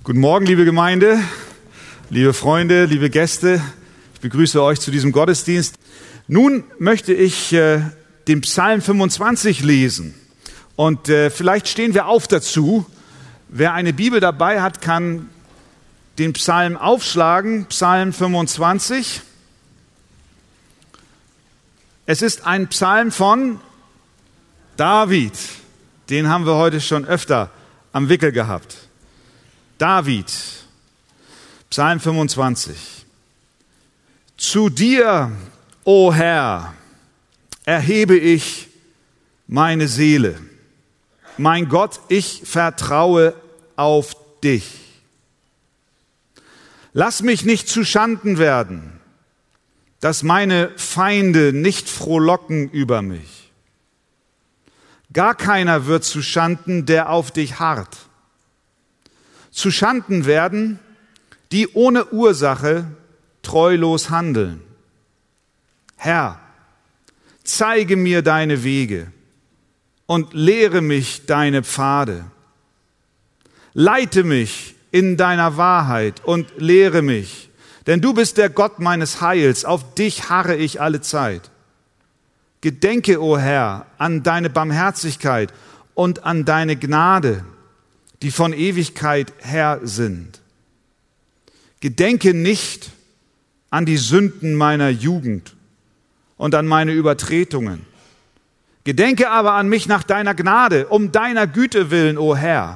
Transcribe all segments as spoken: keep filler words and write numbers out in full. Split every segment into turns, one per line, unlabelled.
Guten Morgen, liebe Gemeinde, liebe Freunde, liebe Gäste. Ich begrüße euch zu diesem Gottesdienst. Nun möchte ich äh, den Psalm fünfundzwanzig lesen. Und äh, vielleicht stehen wir auf dazu. Wer eine Bibel dabei hat, kann den Psalm aufschlagen. Psalm fünfundzwanzig. Es ist ein Psalm von David. Den haben wir heute schon öfter am Wickel gehabt. David, Psalm fünfundzwanzig. Zu dir, o Herr, erhebe ich meine Seele. Mein Gott, ich vertraue auf dich. Lass mich nicht zu Schanden werden, dass meine Feinde nicht frohlocken über mich. Gar keiner wird zu Schanden, der auf dich harrt. Zu Schanden werden, die ohne Ursache treulos handeln. Herr, zeige mir deine Wege und lehre mich deine Pfade. Leite mich in deiner Wahrheit und lehre mich, denn du bist der Gott meines Heils, auf dich harre ich alle Zeit. Gedenke, o Herr, an deine Barmherzigkeit und an deine Gnade, die von Ewigkeit her sind. Gedenke nicht an die Sünden meiner Jugend und an meine Übertretungen. Gedenke aber an mich nach deiner Gnade, um deiner Güte willen, o Herr.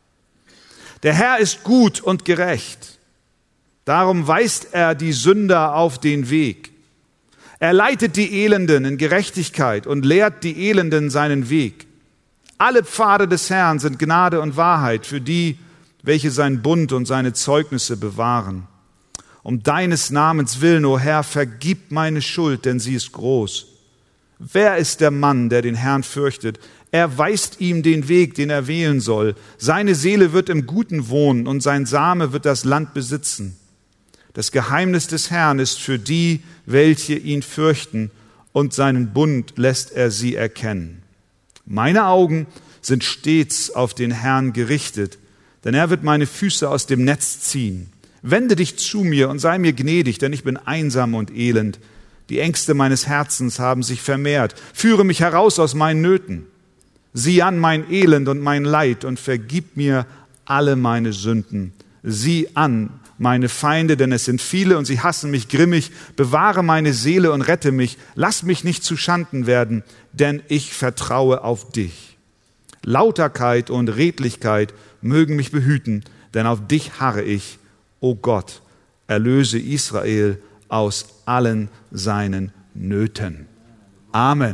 Der Herr ist gut und gerecht. Darum weist er die Sünder auf den Weg. Er leitet die Elenden in Gerechtigkeit und lehrt die Elenden seinen Weg. Alle Pfade des Herrn sind Gnade und Wahrheit für die, welche sein Bund und seine Zeugnisse bewahren. Um deines Namens willen, o Herr, vergib meine Schuld, denn sie ist groß. Wer ist der Mann, der den Herrn fürchtet? Er weist ihm den Weg, den er wählen soll. Seine Seele wird im Guten wohnen und sein Same wird das Land besitzen. Das Geheimnis des Herrn ist für die, welche ihn fürchten, und seinen Bund lässt er sie erkennen. Meine Augen sind stets auf den Herrn gerichtet, denn er wird meine Füße aus dem Netz ziehen. Wende dich zu mir und sei mir gnädig, denn ich bin einsam und elend. Die Ängste meines Herzens haben sich vermehrt. Führe mich heraus aus meinen Nöten. Sieh an mein Elend und mein Leid und vergib mir alle meine Sünden. Sieh an meine Feinde, denn es sind viele und sie hassen mich grimmig. Bewahre meine Seele und rette mich. Lass mich nicht zu Schanden werden, denn ich vertraue auf dich. Lauterkeit und Redlichkeit mögen mich behüten, denn auf dich harre ich. O Gott, erlöse Israel aus allen seinen Nöten. Amen.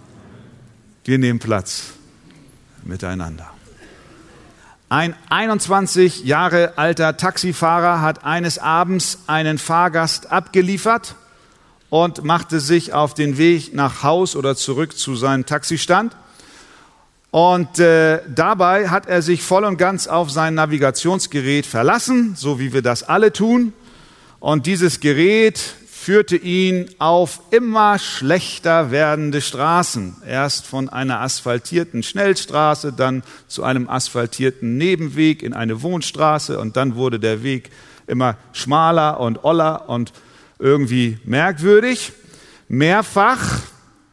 Wir nehmen Platz miteinander. Ein einundzwanzig Jahre alter Taxifahrer hat eines Abends einen Fahrgast abgeliefert und machte sich auf den Weg nach Haus oder zurück zu seinem Taxistand. Und äh, dabei hat er sich voll und ganz auf sein Navigationsgerät verlassen, so wie wir das alle tun. Und dieses Gerät führte ihn auf immer schlechter werdende Straßen. Erst von einer asphaltierten Schnellstraße, dann zu einem asphaltierten Nebenweg in eine Wohnstraße und dann wurde der Weg immer schmaler und oller und irgendwie merkwürdig. Mehrfach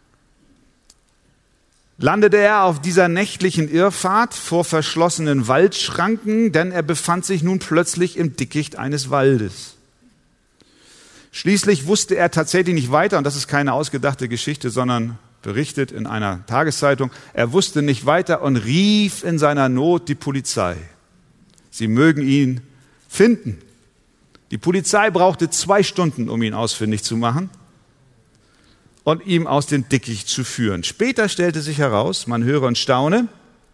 landete er auf dieser nächtlichen Irrfahrt vor verschlossenen Waldschranken, denn er befand sich nun plötzlich im Dickicht eines Waldes. Schließlich wusste er tatsächlich nicht weiter, und das ist keine ausgedachte Geschichte, sondern berichtet in einer Tageszeitung, er wusste nicht weiter und rief in seiner Not die Polizei. Sie mögen ihn finden. Die Polizei brauchte zwei Stunden, um ihn ausfindig zu machen und ihm aus dem Dickicht zu führen. Später stellte sich heraus, man höre und staune,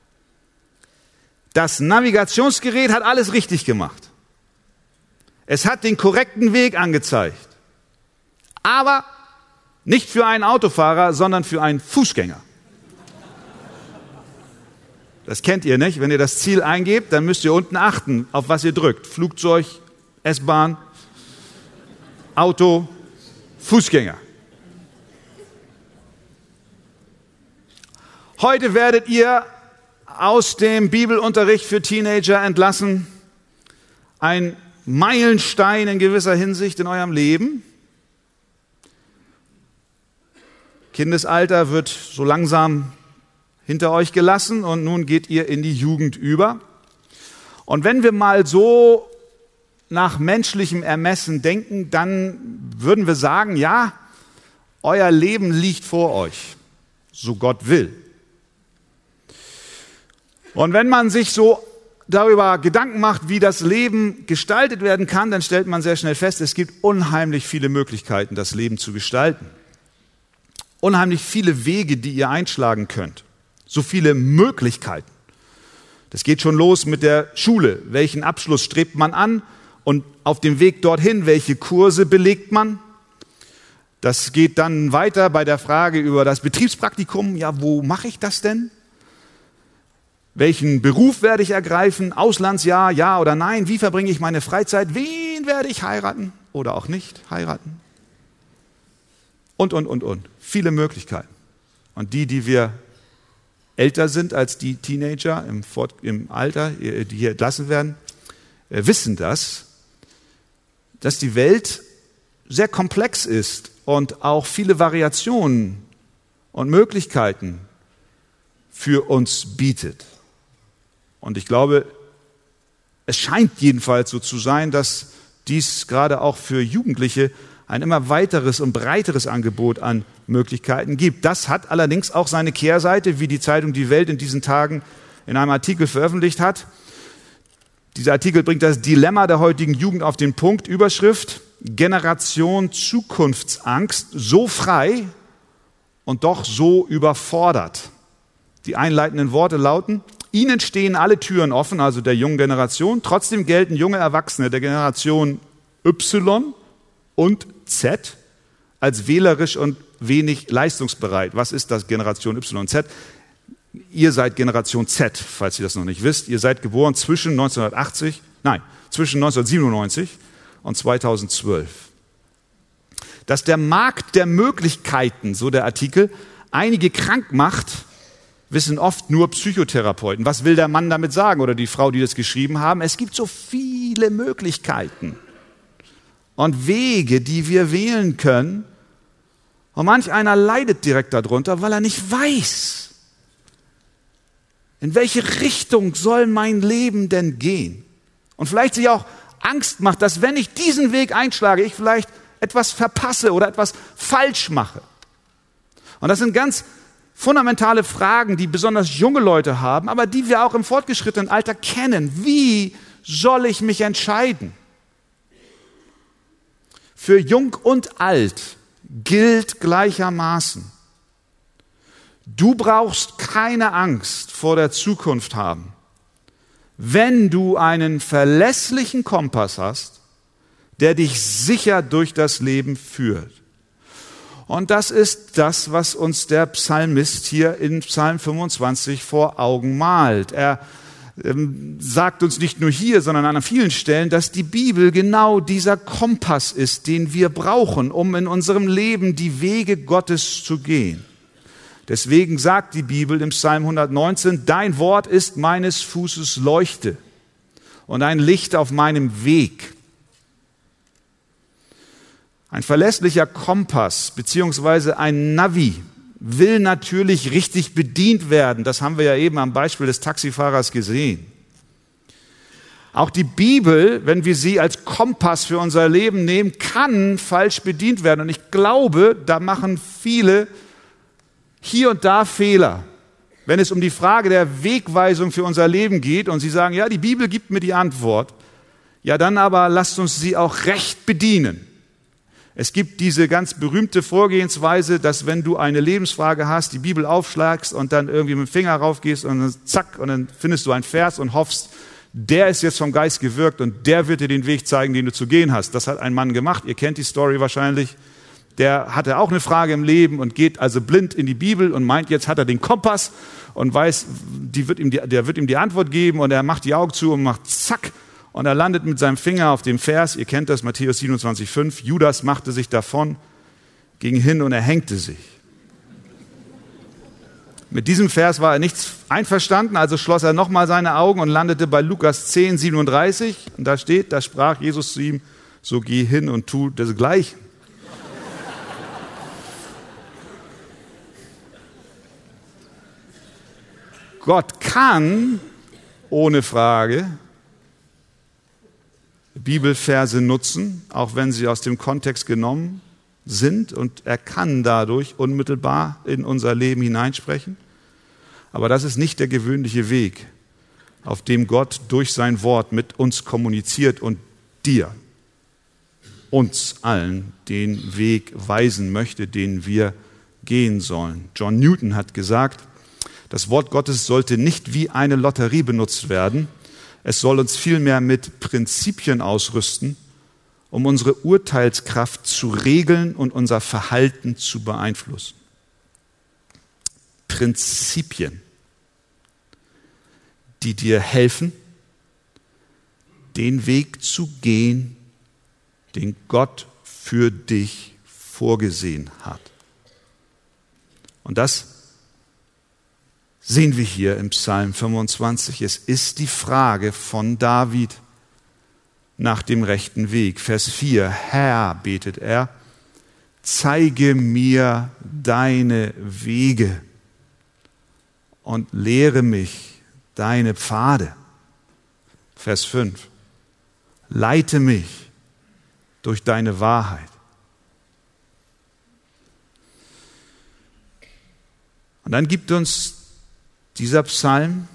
das Navigationsgerät hat alles richtig gemacht. Es hat den korrekten Weg angezeigt. Aber nicht für einen Autofahrer, sondern für einen Fußgänger. Das kennt ihr nicht. Wenn ihr das Ziel eingebt, dann müsst ihr unten achten, auf was ihr drückt. Flugzeug, S-Bahn, Auto, Fußgänger. Heute werdet ihr aus dem Bibelunterricht für Teenager entlassen ein Meilenstein in gewisser Hinsicht in eurem Leben. Kindesalter wird so langsam hinter euch gelassen und nun geht ihr in die Jugend über. Und wenn wir mal so nach menschlichem Ermessen denken, dann würden wir sagen, ja, euer Leben liegt vor euch, so Gott will. Und wenn man sich so darüber Gedanken macht, wie das Leben gestaltet werden kann, dann stellt man sehr schnell fest, es gibt unheimlich viele Möglichkeiten, das Leben zu gestalten. Unheimlich viele Wege, die ihr einschlagen könnt. So viele Möglichkeiten. Das geht schon los mit der Schule. Welchen Abschluss strebt man an? Und auf dem Weg dorthin, welche Kurse belegt man? Das geht dann weiter bei der Frage über das Betriebspraktikum. Ja, wo mache ich das denn? Welchen Beruf werde ich ergreifen? Auslandsjahr, ja oder nein? Wie verbringe ich meine Freizeit? Wen werde ich heiraten oder auch nicht heiraten? Und, und, und, und. Viele Möglichkeiten. Und die, die wir älter sind als die Teenager im, Fort, im Alter, die hier entlassen werden, wissen das, dass die Welt sehr komplex ist und auch viele Variationen und Möglichkeiten für uns bietet. Und ich glaube, es scheint jedenfalls so zu sein, dass dies gerade auch für Jugendliche ein immer weiteres und breiteres Angebot an Möglichkeiten gibt. Das hat allerdings auch seine Kehrseite, wie die Zeitung Die Welt in diesen Tagen in einem Artikel veröffentlicht hat. Dieser Artikel bringt das Dilemma der heutigen Jugend auf den Punkt. Überschrift: Generation Zukunftsangst, so frei und doch so überfordert. Die einleitenden Worte lauten: Ihnen stehen alle Türen offen, also der jungen Generation. Trotzdem gelten junge Erwachsene der Generation Y und Z als wählerisch und wenig leistungsbereit. Was ist das, Generation Y und Z? Ihr seid Generation Z, falls ihr das noch nicht wisst. Ihr seid geboren zwischen neunzehnhundertachtzig, nein, zwischen neunzehnhundertsiebenundneunzig und zweitausendzwölf. Dass der Markt der Möglichkeiten, so der Artikel, einige krank macht, wissen oft nur Psychotherapeuten. Was will der Mann damit sagen oder die Frau, die das geschrieben haben? Es gibt so viele Möglichkeiten und Wege, die wir wählen können. Und manch einer leidet direkt darunter, weil er nicht weiß, in welche Richtung soll mein Leben denn gehen? Und vielleicht sich auch Angst macht, dass wenn ich diesen Weg einschlage, ich vielleicht etwas verpasse oder etwas falsch mache. Und das sind ganz fundamentale Fragen, die besonders junge Leute haben, aber die wir auch im fortgeschrittenen Alter kennen. Wie soll ich mich entscheiden? Für jung und alt gilt gleichermaßen: Du brauchst keine Angst vor der Zukunft haben, wenn du einen verlässlichen Kompass hast, der dich sicher durch das Leben führt. Und das ist das, was uns der Psalmist hier in Psalm fünfundzwanzig vor Augen malt. Er ähm, sagt uns nicht nur hier, sondern an vielen Stellen, dass die Bibel genau dieser Kompass ist, den wir brauchen, um in unserem Leben die Wege Gottes zu gehen. Deswegen sagt die Bibel im Psalm hundertneunzehn, dein Wort ist meines Fußes Leuchte und ein Licht auf meinem Weg. Ein verlässlicher Kompass beziehungsweise ein Navi will natürlich richtig bedient werden. Das haben wir ja eben am Beispiel des Taxifahrers gesehen. Auch die Bibel, wenn wir sie als Kompass für unser Leben nehmen, kann falsch bedient werden. Und ich glaube, da machen viele hier und da Fehler, wenn es um die Frage der Wegweisung für unser Leben geht und sie sagen, ja, die Bibel gibt mir die Antwort, ja dann aber lasst uns sie auch recht bedienen. Es gibt diese ganz berühmte Vorgehensweise, dass wenn du eine Lebensfrage hast, die Bibel aufschlagst und dann irgendwie mit dem Finger raufgehst und dann zack und dann findest du einen Vers und hoffst, der ist jetzt vom Geist gewirkt und der wird dir den Weg zeigen, den du zu gehen hast. Das hat ein Mann gemacht, ihr kennt die Story wahrscheinlich. Der hatte auch eine Frage im Leben und geht also blind in die Bibel und meint, jetzt hat er den Kompass und weiß, die wird ihm die, der wird ihm die Antwort geben und er macht die Augen zu und macht zack und er landet mit seinem Finger auf dem Vers, ihr kennt das, Matthäus siebenundzwanzig fünf, Judas machte sich davon, ging hin und er hängte sich. Mit diesem Vers war er nicht einverstanden, also schloss er nochmal seine Augen und landete bei Lukas zehn, siebenunddreißig. Und da steht, da sprach Jesus zu ihm, so geh hin und tu desgleichen. Gott kann, ohne Frage, Bibelverse nutzen, auch wenn sie aus dem Kontext genommen sind, und er kann dadurch unmittelbar in unser Leben hineinsprechen. Aber das ist nicht der gewöhnliche Weg, auf dem Gott durch sein Wort mit uns kommuniziert und dir, uns allen, den Weg weisen möchte, den wir gehen sollen. John Newton hat gesagt, das Wort Gottes sollte nicht wie eine Lotterie benutzt werden. Es soll uns vielmehr mit Prinzipien ausrüsten, um unsere Urteilskraft zu regeln und unser Verhalten zu beeinflussen. Prinzipien, die dir helfen, den Weg zu gehen, den Gott für dich vorgesehen hat. Und das sehen wir hier im Psalm fünfundzwanzig. Es ist die Frage von David nach dem rechten Weg. Vers vier, Herr, betet er, zeige mir deine Wege und lehre mich deine Pfade. Vers fünf, leite mich durch deine Wahrheit. Und dann gibt uns dieser Psalm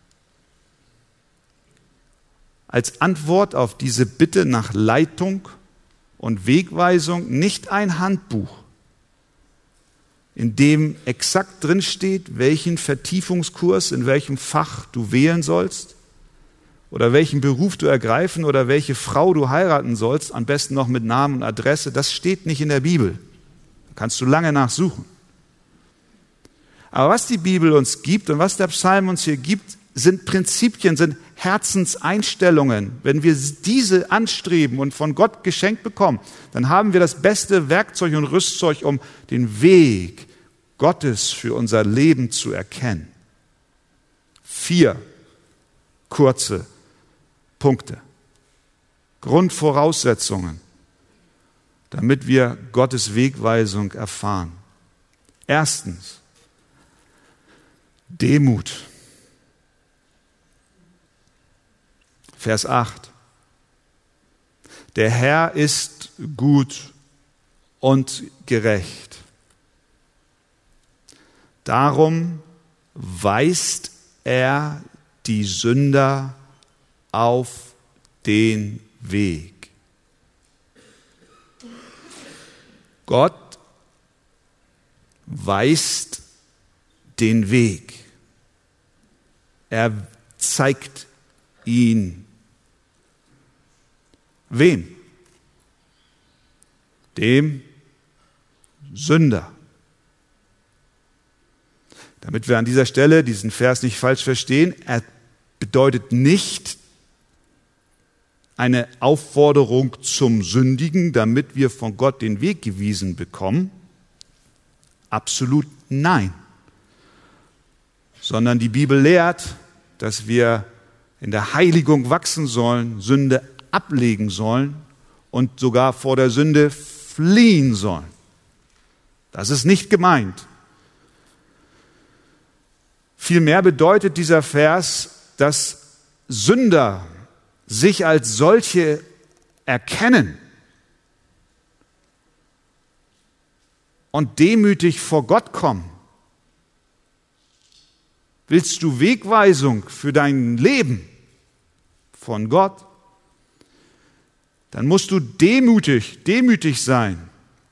als Antwort auf diese Bitte nach Leitung und Wegweisung nicht ein Handbuch, in dem exakt drin steht, welchen Vertiefungskurs in welchem Fach du wählen sollst oder welchen Beruf du ergreifen oder welche Frau du heiraten sollst, am besten noch mit Namen und Adresse. Das steht nicht in der Bibel. Da kannst du lange nachsuchen. Aber was die Bibel uns gibt und was der Psalm uns hier gibt, sind Prinzipien, sind Herzenseinstellungen. Wenn wir diese anstreben und von Gott geschenkt bekommen, dann haben wir das beste Werkzeug und Rüstzeug, um den Weg Gottes für unser Leben zu erkennen. Vier kurze Punkte, Grundvoraussetzungen, damit wir Gottes Wegweisung erfahren. Erstens, Demut. Vers acht. Der Herr ist gut und gerecht. Darum weist er die Sünder auf den Weg. Gott weist den Weg. Er zeigt ihn. Wem? Dem Sünder. Damit wir an dieser Stelle diesen Vers nicht falsch verstehen, er bedeutet nicht eine Aufforderung zum Sündigen, damit wir von Gott den Weg gewiesen bekommen. Absolut nein. Sondern die Bibel lehrt, dass wir in der Heiligung wachsen sollen, Sünde ablegen sollen und sogar vor der Sünde fliehen sollen. Das ist nicht gemeint. Vielmehr bedeutet dieser Vers, dass Sünder sich als solche erkennen und demütig vor Gott kommen. Willst du Wegweisung für dein Leben von Gott? Dann musst du demütig, demütig sein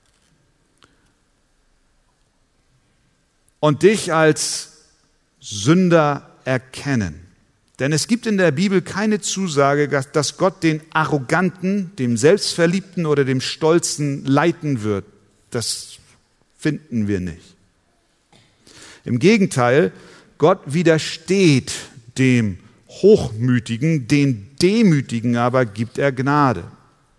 und dich als Sünder erkennen. Denn es gibt in der Bibel keine Zusage, dass Gott den Arroganten, dem Selbstverliebten oder dem Stolzen leiten wird. Das finden wir nicht. Im Gegenteil, Gott widersteht dem Hochmütigen, den Demütigen aber gibt er Gnade.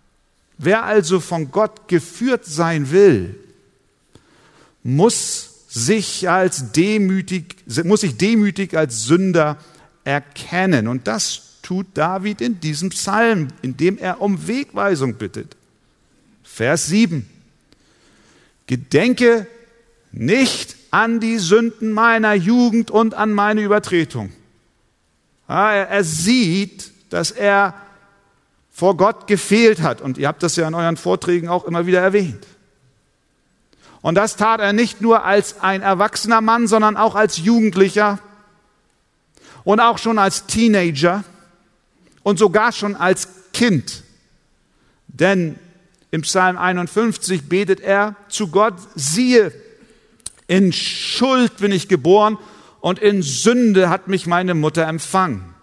Wer also von Gott geführt sein will, muss sich als demütig, muss sich demütig als Sünder erkennen. Und das tut David in diesem Psalm, in dem er um Wegweisung bittet. Vers sieben. Gedenke nicht an die Sünden meiner Jugend und an meine Übertretung. Ja, er, er sieht, dass er vor Gott gefehlt hat. Und ihr habt das ja in euren Vorträgen auch immer wieder erwähnt. Und das tat er nicht nur als ein erwachsener Mann, sondern auch als Jugendlicher und auch schon als Teenager und sogar schon als Kind. Denn im Psalm einundfünfzig betet er zu Gott, siehe, in Schuld bin ich geboren und in Sünde hat mich meine Mutter empfangen.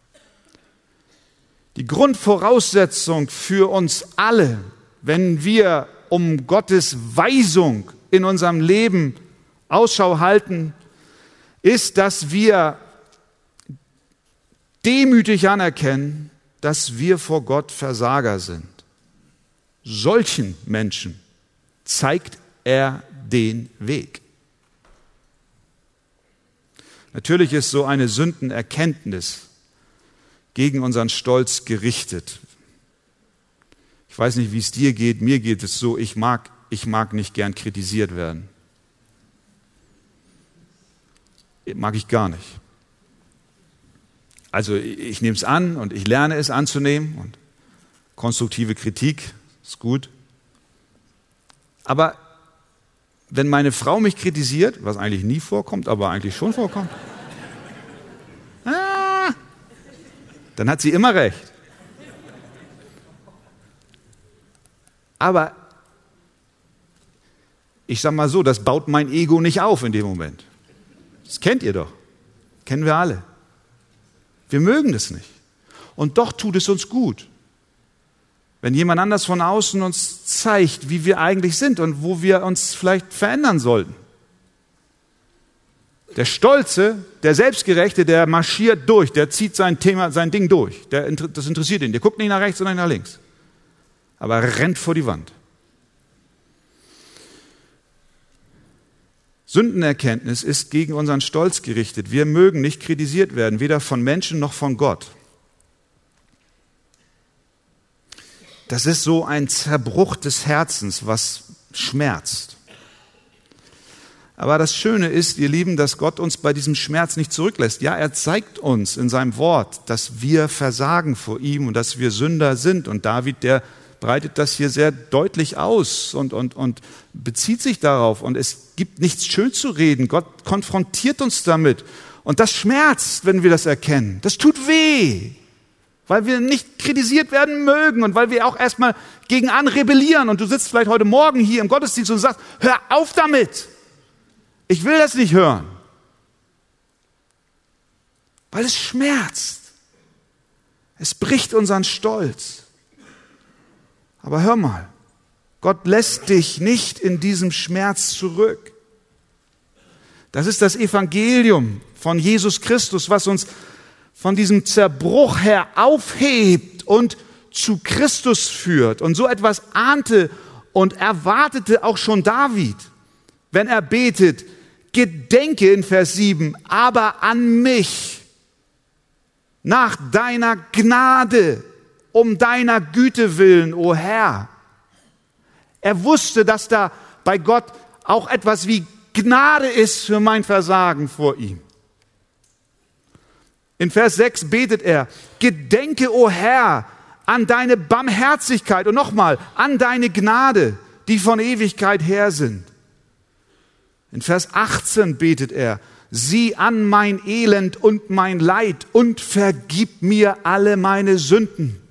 Die Grundvoraussetzung für uns alle, wenn wir um Gottes Weisung in unserem Leben Ausschau halten, ist, dass wir demütig anerkennen, dass wir vor Gott Versager sind. Solchen Menschen zeigt er den Weg. Natürlich ist so eine Sündenerkenntnis gegen unseren Stolz gerichtet. Ich weiß nicht, wie es dir geht, mir geht es so, ich mag, ich mag nicht gern kritisiert werden. Mag ich gar nicht. Also ich nehme es an und ich lerne es anzunehmen und konstruktive Kritik ist gut. Aber wenn meine Frau mich kritisiert, was eigentlich nie vorkommt, aber eigentlich schon vorkommt, ah, dann hat sie immer recht. Aber ich sage mal so, das baut mein Ego nicht auf in dem Moment. Das kennt ihr doch. Kennen wir alle. Wir mögen das nicht. Und doch tut es uns gut, wenn jemand anders von außen uns zeigt, wie wir eigentlich sind und wo wir uns vielleicht verändern sollten. Der Stolze, der Selbstgerechte, der marschiert durch, der zieht sein Thema, sein Ding durch. Der, das interessiert ihn. Der guckt nicht nach rechts und nicht nach links. Aber er rennt vor die Wand. Sündenerkenntnis ist gegen unseren Stolz gerichtet. Wir mögen nicht kritisiert werden, weder von Menschen noch von Gott. Das ist so ein Zerbruch des Herzens, was schmerzt. Aber das Schöne ist, ihr Lieben, dass Gott uns bei diesem Schmerz nicht zurücklässt. Ja, er zeigt uns in seinem Wort, dass wir versagen vor ihm und dass wir Sünder sind. Und David, der breitet das hier sehr deutlich aus und, und, und bezieht sich darauf. Und es gibt nichts schön zu reden. Gott konfrontiert uns damit. Und das schmerzt, wenn wir das erkennen. Das tut weh, weil wir nicht kritisiert werden mögen und weil wir auch erstmal gegen an rebellieren. Und du sitzt vielleicht heute Morgen hier im Gottesdienst und sagst, hör auf damit. Ich will das nicht hören. Weil es schmerzt. Es bricht unseren Stolz. Aber hör mal, Gott lässt dich nicht in diesem Schmerz zurück. Das ist das Evangelium von Jesus Christus, was uns von diesem Zerbruch her aufhebt und zu Christus führt. Und so etwas ahnte und erwartete auch schon David, wenn er betet, gedenke in Vers sieben, aber an mich, nach deiner Gnade, um deiner Güte willen, o Herr. Er wusste, dass da bei Gott auch etwas wie Gnade ist für mein Versagen vor ihm. In Vers sechs betet er, gedenke, o Herr, an deine Barmherzigkeit und nochmal, an deine Gnade, die von Ewigkeit her sind. In Vers achtzehn betet er, sieh an mein Elend und mein Leid und vergib mir alle meine Sünden.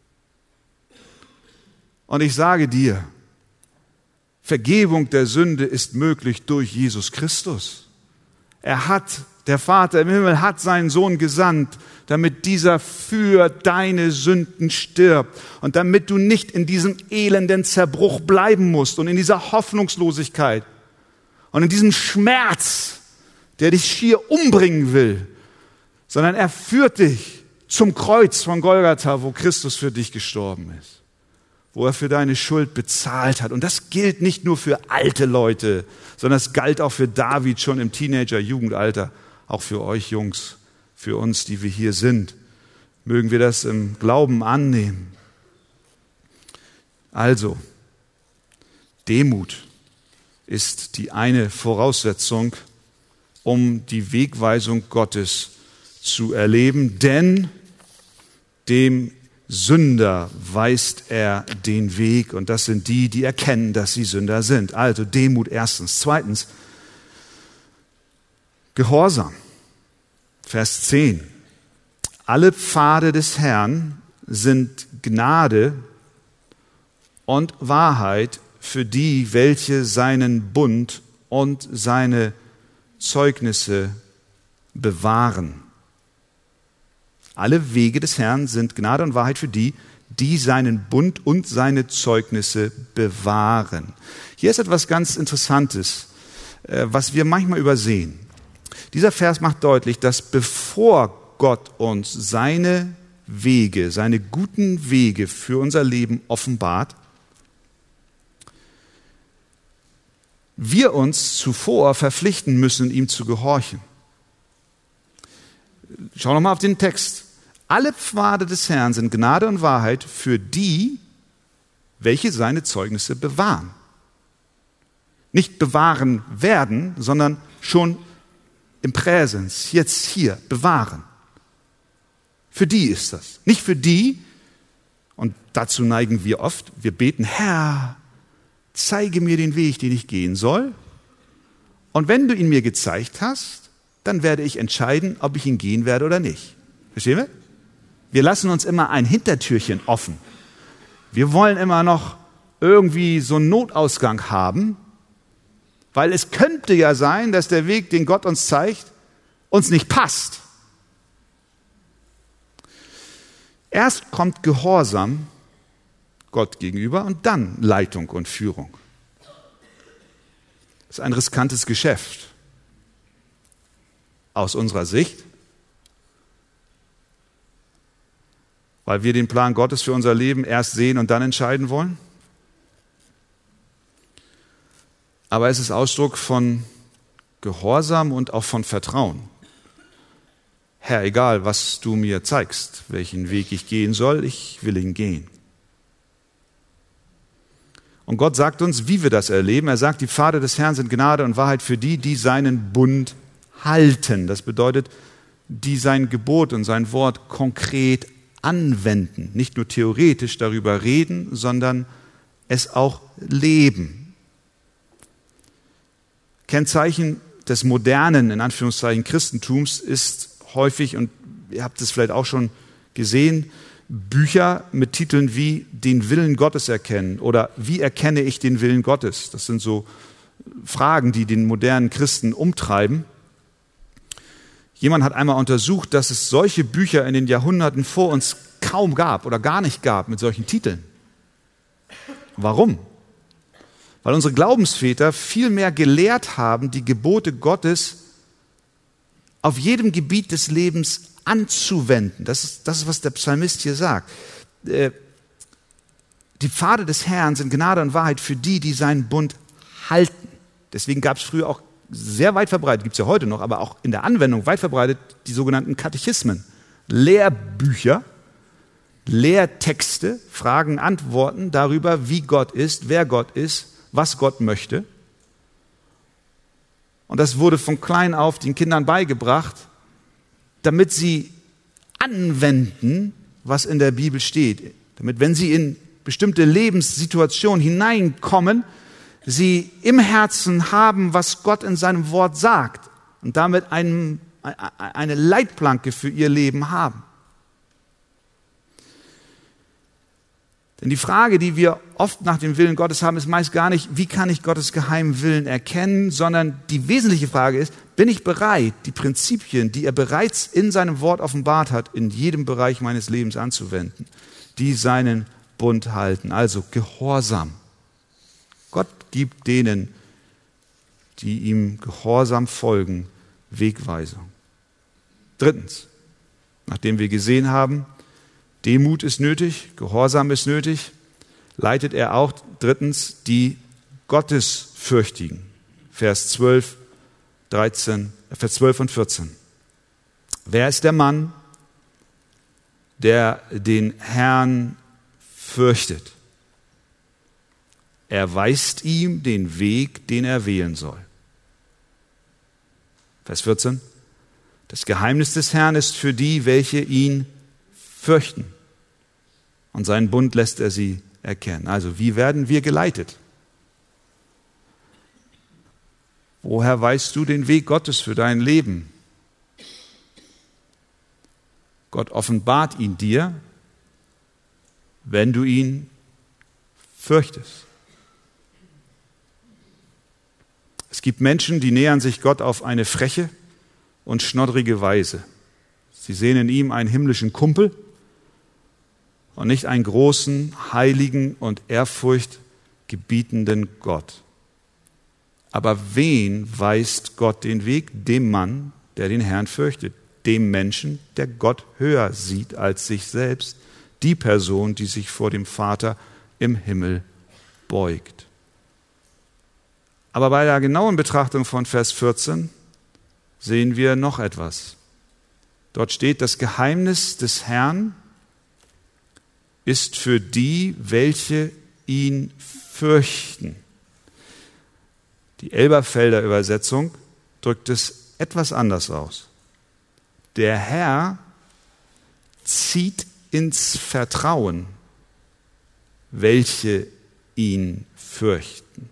Und ich sage dir, Vergebung der Sünde ist möglich durch Jesus Christus. Er hat, der Vater im Himmel hat seinen Sohn gesandt, damit dieser für deine Sünden stirbt und damit du nicht in diesem elenden Zerbruch bleiben musst und in dieser Hoffnungslosigkeit und in diesem Schmerz, der dich schier umbringen will, sondern er führt dich zum Kreuz von Golgatha, wo Christus für dich gestorben ist. wo er für deine Schuld bezahlt hat. Und das gilt nicht nur für alte Leute, sondern es galt auch für David schon im Teenager-Jugendalter, auch für euch Jungs, für uns, die wir hier sind. Mögen wir das im Glauben annehmen. Also, Demut ist die eine Voraussetzung, um die Wegweisung Gottes zu erleben, denn dem Sünder weist er den Weg, und das sind die, die erkennen, dass sie Sünder sind. Also Demut erstens. Zweitens, Gehorsam. Vers zehn. Alle Pfade des Herrn sind Gnade und Wahrheit für die, welche seinen Bund und seine Zeugnisse bewahren. Alle Wege des Herrn sind Gnade und Wahrheit für die, die seinen Bund und seine Zeugnisse bewahren. Hier ist etwas ganz Interessantes, was wir manchmal übersehen. Dieser Vers macht deutlich, dass bevor Gott uns seine Wege, seine guten Wege für unser Leben offenbart, wir uns zuvor verpflichten müssen, ihm zu gehorchen. Schau nochmal auf den Text. Alle Pfade des Herrn sind Gnade und Wahrheit für die, welche seine Zeugnisse bewahren. Nicht bewahren werden, sondern schon im Präsens, jetzt hier, bewahren. Für die ist das. Nicht für die, und dazu neigen wir oft, wir beten, Herr, zeige mir den Weg, den ich gehen soll. Und wenn du ihn mir gezeigt hast, dann werde ich entscheiden, ob ich ihn gehen werde oder nicht. Verstehen wir? Wir lassen uns immer ein Hintertürchen offen. Wir wollen immer noch irgendwie so einen Notausgang haben, weil es könnte ja sein, dass der Weg, den Gott uns zeigt, uns nicht passt. Erst kommt Gehorsam Gott gegenüber und dann Leitung und Führung. Das ist ein riskantes Geschäft. Aus unserer Sicht, weil wir den Plan Gottes für unser Leben erst sehen und dann entscheiden wollen. Aber es ist Ausdruck von Gehorsam und auch von Vertrauen. Herr, egal, was du mir zeigst, welchen Weg ich gehen soll, ich will ihn gehen. Und Gott sagt uns, wie wir das erleben. Er sagt, die Pfade des Herrn sind Gnade und Wahrheit für die, die seinen Bund halten. Das bedeutet, die sein Gebot und sein Wort konkret anwenden. Nicht nur theoretisch darüber reden, sondern es auch leben. Kennzeichen des modernen, in Anführungszeichen, Christentums ist häufig, und ihr habt es vielleicht auch schon gesehen, Bücher mit Titeln wie Den Willen Gottes erkennen oder Wie erkenne ich den Willen Gottes? Das sind so Fragen, die den modernen Christen umtreiben. Jemand hat einmal untersucht, dass es solche Bücher in den Jahrhunderten vor uns kaum gab oder gar nicht gab mit solchen Titeln. Warum? Weil unsere Glaubensväter viel mehr gelehrt haben, die Gebote Gottes auf jedem Gebiet des Lebens anzuwenden. Das ist, das ist, was der Psalmist hier sagt. Die Pfade des Herrn sind Gnade und Wahrheit für die, die seinen Bund halten. Deswegen gab es früher auch sehr weit verbreitet, gibt es ja heute noch, aber auch in der Anwendung weit verbreitet, die sogenannten Katechismen. Lehrbücher, Lehrtexte, Fragen, Antworten darüber, wie Gott ist, wer Gott ist, was Gott möchte. Und das wurde von klein auf den Kindern beigebracht, damit sie anwenden, was in der Bibel steht. Damit, wenn sie in bestimmte Lebenssituationen hineinkommen, sie im Herzen haben, was Gott in seinem Wort sagt und damit einen, eine Leitplanke für ihr Leben haben. Denn die Frage, die wir oft nach dem Willen Gottes haben, ist meist gar nicht, wie kann ich Gottes geheimen Willen erkennen, sondern die wesentliche Frage ist, bin ich bereit, die Prinzipien, die er bereits in seinem Wort offenbart hat, in jedem Bereich meines Lebens anzuwenden, die seinen Bund halten, also Gehorsam. Gott gibt denen, die ihm gehorsam folgen, Wegweisung. Drittens, nachdem wir gesehen haben, Demut ist nötig, Gehorsam ist nötig, leitet er auch drittens die Gottesfürchtigen. Vers zwölf, dreizehn, Vers zwölf und vierzehn. Wer ist der Mann, der den Herrn fürchtet? Er weist ihm den Weg, den er wählen soll. Vers vierzehn. Das Geheimnis des Herrn ist für die, welche ihn fürchten. Und seinen Bund lässt er sie erkennen. Also, wie werden wir geleitet? Woher weißt du den Weg Gottes für dein Leben? Gott offenbart ihn dir, wenn du ihn fürchtest. Es gibt Menschen, die nähern sich Gott auf eine freche und schnoddrige Weise. Sie sehen in ihm einen himmlischen Kumpel und nicht einen großen, heiligen und ehrfurchtgebietenden Gott. Aber wen weist Gott den Weg? Dem Mann, der den Herrn fürchtet. Dem Menschen, der Gott höher sieht als sich selbst. Die Person, die sich vor dem Vater im Himmel beugt. Aber bei der genauen Betrachtung von Vers vierzehn sehen wir noch etwas. Dort steht, das Geheimnis des Herrn ist für die, welche ihn fürchten. Die Elberfelder Übersetzung drückt es etwas anders aus. Der Herr zieht ins Vertrauen, welche ihn fürchten.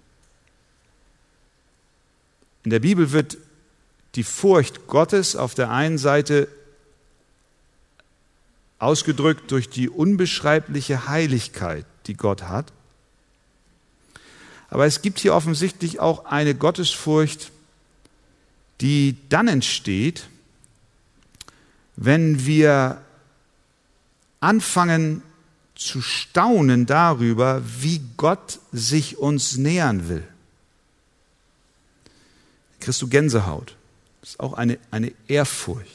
In der Bibel wird die Furcht Gottes auf der einen Seite ausgedrückt durch die unbeschreibliche Heiligkeit, die Gott hat. Aber es gibt hier offensichtlich auch eine Gottesfurcht, die dann entsteht, wenn wir anfangen zu staunen darüber, wie Gott sich uns nähern will. Kriegst du Gänsehaut. Das ist auch eine, eine Ehrfurcht.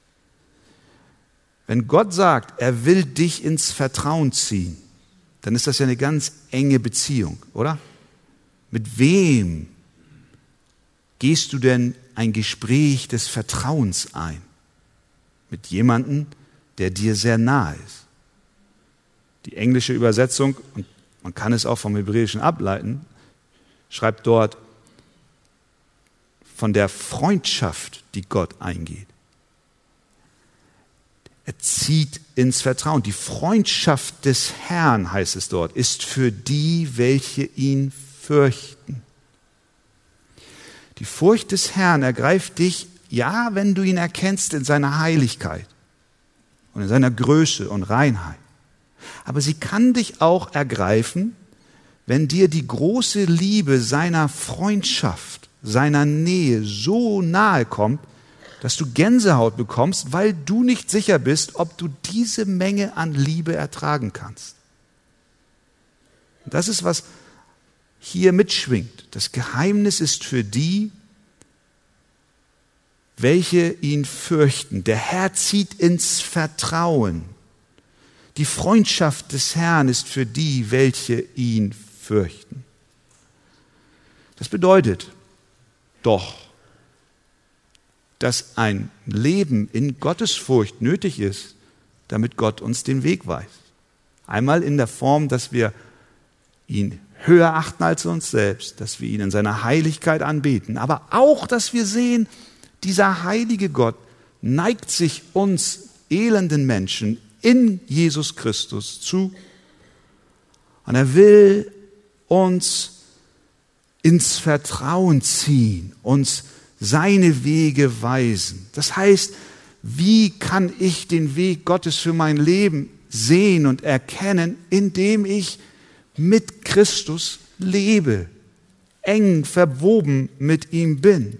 Wenn Gott sagt, er will dich ins Vertrauen ziehen, dann ist das ja eine ganz enge Beziehung, oder? Mit wem gehst du denn ein Gespräch des Vertrauens ein? Mit jemandem, der dir sehr nahe ist. Die englische Übersetzung, und man kann es auch vom Hebräischen ableiten, schreibt dort von der Freundschaft, die Gott eingeht. Er zieht ins Vertrauen. Die Freundschaft des Herrn, heißt es dort, ist für die, welche ihn fürchten. Die Furcht des Herrn ergreift dich, ja, wenn du ihn erkennst in seiner Heiligkeit und in seiner Größe und Reinheit. Aber sie kann dich auch ergreifen, wenn dir die große Liebe seiner Freundschaft, seiner Nähe so nahe kommt, dass du Gänsehaut bekommst, weil du nicht sicher bist, ob du diese Menge an Liebe ertragen kannst. Das ist, was hier mitschwingt. Das Geheimnis ist für die, welche ihn fürchten. Der Herr zieht ins Vertrauen. Die Freundschaft des Herrn ist für die, welche ihn fürchten. Das bedeutet doch, dass ein Leben in Gottesfurcht nötig ist, damit Gott uns den Weg weist. Einmal in der Form, dass wir ihn höher achten als uns selbst, dass wir ihn in seiner Heiligkeit anbeten, aber auch, dass wir sehen, dieser heilige Gott neigt sich uns elenden Menschen in Jesus Christus zu und er will uns ins Vertrauen ziehen, uns seine Wege weisen. Das heißt, wie kann ich den Weg Gottes für mein Leben sehen und erkennen, indem ich mit Christus lebe, eng verwoben mit ihm bin.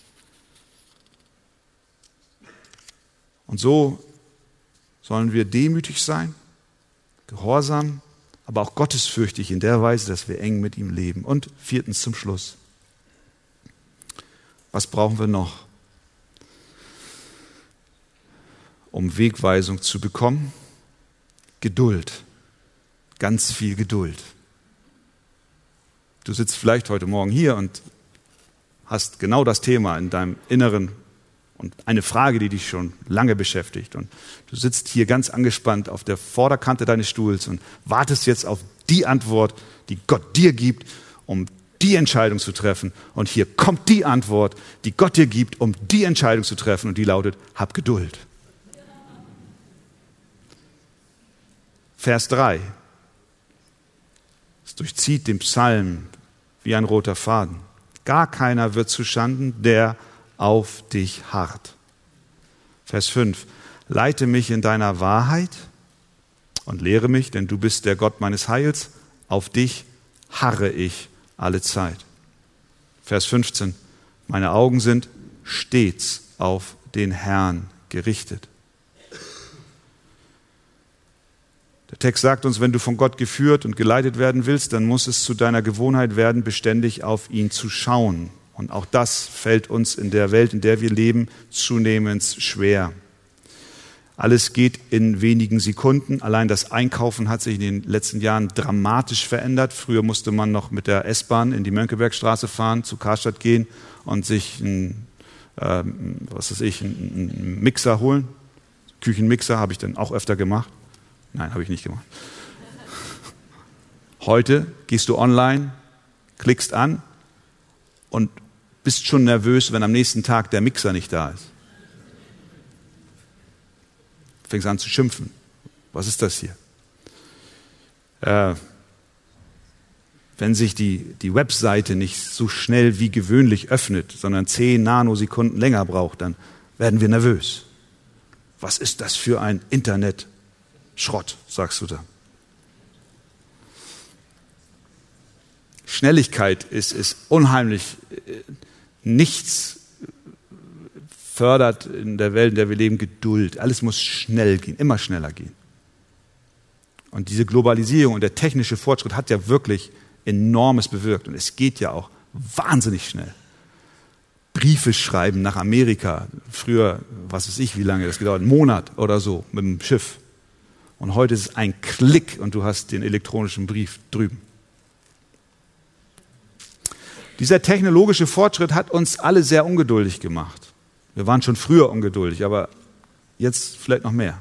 Und so sollen wir demütig sein, gehorsam, aber auch gottesfürchtig in der Weise, dass wir eng mit ihm leben. Und viertens zum Schluss. Was brauchen wir noch, um Wegweisung zu bekommen? Geduld. ganz viel Geduld. Du sitzt vielleicht heute Morgen hier und hast genau das Thema in deinem Inneren und eine Frage, die dich schon lange beschäftigt. Und du sitzt hier ganz angespannt auf der Vorderkante deines Stuhls und wartest jetzt auf die Antwort, die Gott dir gibt, um die Entscheidung zu treffen. Und hier kommt die Antwort, die Gott dir gibt, um die Entscheidung zu treffen. Und die lautet, hab Geduld. Vers drei. Es durchzieht den Psalm wie ein roter Faden. Gar keiner wird zuschanden, der auf dich harrt. Vers fünf. Leite mich in deiner Wahrheit und lehre mich, denn du bist der Gott meines Heils. Auf dich harre ich alle Zeit. Vers fünfzehn. Meine Augen sind stets auf den Herrn gerichtet. Der Text sagt uns, wenn du von Gott geführt und geleitet werden willst, dann muss es zu deiner Gewohnheit werden, beständig auf ihn zu schauen. Und auch das fällt uns in der Welt, in der wir leben, zunehmend schwer. Alles geht in wenigen Sekunden. Allein das Einkaufen hat sich in den letzten Jahren dramatisch verändert. Früher musste man noch mit der S-Bahn in die Mönckebergstraße fahren, zu Karstadt gehen und sich einen, äh, was weiß ich, einen Mixer holen. Küchenmixer habe ich dann auch öfter gemacht. Nein, habe ich nicht gemacht. Heute gehst du online, klickst an und bist schon nervös, wenn am nächsten Tag der Mixer nicht da ist. Fängst an zu schimpfen. Was ist das hier? Äh, wenn sich die, die Webseite nicht so schnell wie gewöhnlich öffnet, sondern zehn Nanosekunden länger braucht, dann werden wir nervös. Was ist das für ein Internet? Schrott, sagst du da. Schnelligkeit ist, ist unheimlich. Nichts fördert in der Welt, in der wir leben, Geduld. Alles muss schnell gehen, immer schneller gehen. Und diese Globalisierung und der technische Fortschritt hat ja wirklich Enormes bewirkt. Und es geht ja auch wahnsinnig schnell. Briefe schreiben nach Amerika. Früher, was weiß ich, wie lange das gedauert, einen Monat oder so mit dem Schiff. Und heute ist es ein Klick und du hast den elektronischen Brief drüben. Dieser technologische Fortschritt hat uns alle sehr ungeduldig gemacht. Wir waren schon früher ungeduldig, aber jetzt vielleicht noch mehr.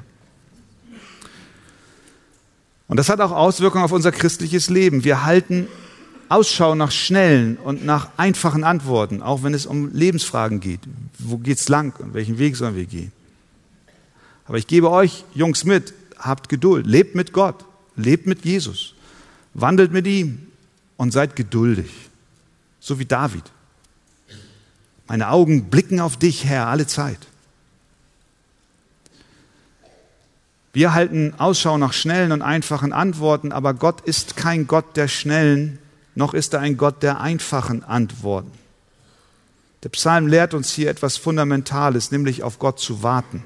Und das hat auch Auswirkungen auf unser christliches Leben. Wir halten Ausschau nach schnellen und nach einfachen Antworten, auch wenn es um Lebensfragen geht. Wo geht's lang und welchen Weg sollen wir gehen? Aber ich gebe euch, Jungs, mit, habt Geduld, lebt mit Gott, lebt mit Jesus, wandelt mit ihm und seid geduldig, so wie David. Meine Augen blicken auf dich, Herr, alle Zeit. Wir halten Ausschau nach schnellen und einfachen Antworten, aber Gott ist kein Gott der schnellen, noch ist er ein Gott der einfachen Antworten. Der Psalm lehrt uns hier etwas Fundamentales, nämlich auf Gott zu warten.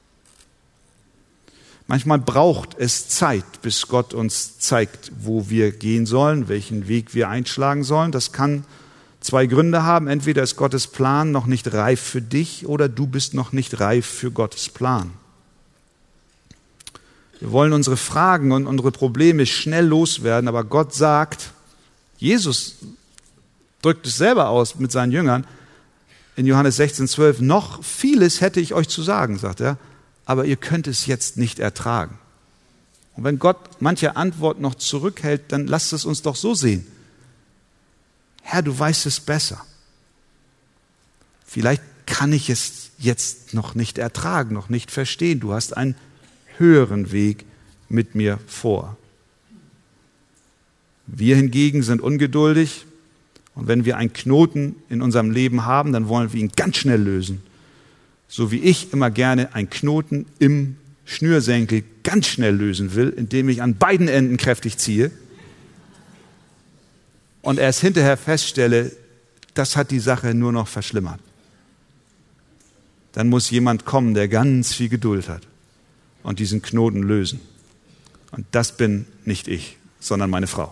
Manchmal braucht es Zeit, bis Gott uns zeigt, wo wir gehen sollen, welchen Weg wir einschlagen sollen. Das kann zwei Gründe haben. Entweder ist Gottes Plan noch nicht reif für dich oder du bist noch nicht reif für Gottes Plan. Wir wollen unsere Fragen und unsere Probleme schnell loswerden, aber Gott sagt, Jesus drückt es selber aus mit seinen Jüngern in Johannes sechzehn, zwölf, noch vieles hätte ich euch zu sagen, sagt er, aber ihr könnt es jetzt nicht ertragen. Und wenn Gott manche Antwort noch zurückhält, dann lasst es uns doch so sehen. Herr, du weißt es besser. Vielleicht kann ich es jetzt noch nicht ertragen, noch nicht verstehen. Du hast einen höheren Weg mit mir vor. Wir hingegen sind ungeduldig und wenn wir einen Knoten in unserem Leben haben, dann wollen wir ihn ganz schnell lösen. So wie ich immer gerne einen Knoten im Schnürsenkel ganz schnell lösen will, indem ich an beiden Enden kräftig ziehe und erst hinterher feststelle, das hat die Sache nur noch verschlimmert. Dann muss jemand kommen, der ganz viel Geduld hat und diesen Knoten lösen. Und das bin nicht ich, sondern meine Frau.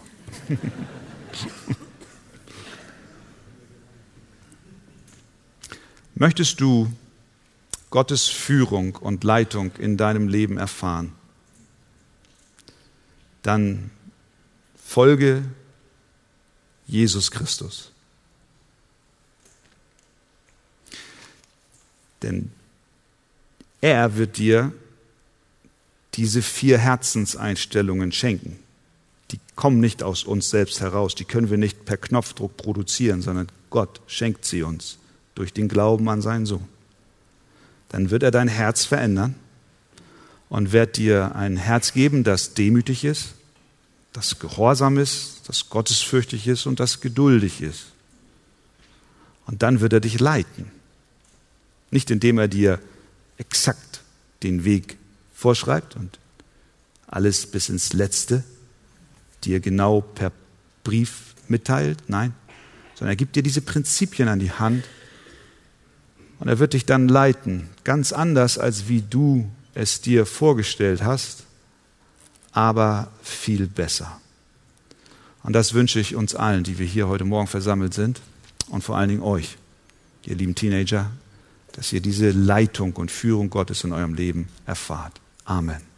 Möchtest du Gottes Führung und Leitung in deinem Leben erfahren, dann Folge Jesus Christus. Denn er wird dir diese vier Herzenseinstellungen schenken. Die kommen nicht aus uns selbst heraus, die können wir nicht per Knopfdruck produzieren, sondern Gott schenkt sie uns durch den Glauben an seinen Sohn. Dann wird er dein Herz verändern und wird dir ein Herz geben, das demütig ist, das gehorsam ist, das gottesfürchtig ist und das geduldig ist. Und dann wird er dich leiten. Nicht indem er dir exakt den Weg vorschreibt und alles bis ins Letzte dir genau per Brief mitteilt, nein, sondern er gibt dir diese Prinzipien an die Hand und er wird dich dann leiten, ganz anders, als wie du es dir vorgestellt hast, aber viel besser. Und das wünsche ich uns allen, die wir hier heute Morgen versammelt sind und vor allen Dingen euch, ihr lieben Teenager, dass ihr diese Leitung und Führung Gottes in eurem Leben erfahrt. Amen.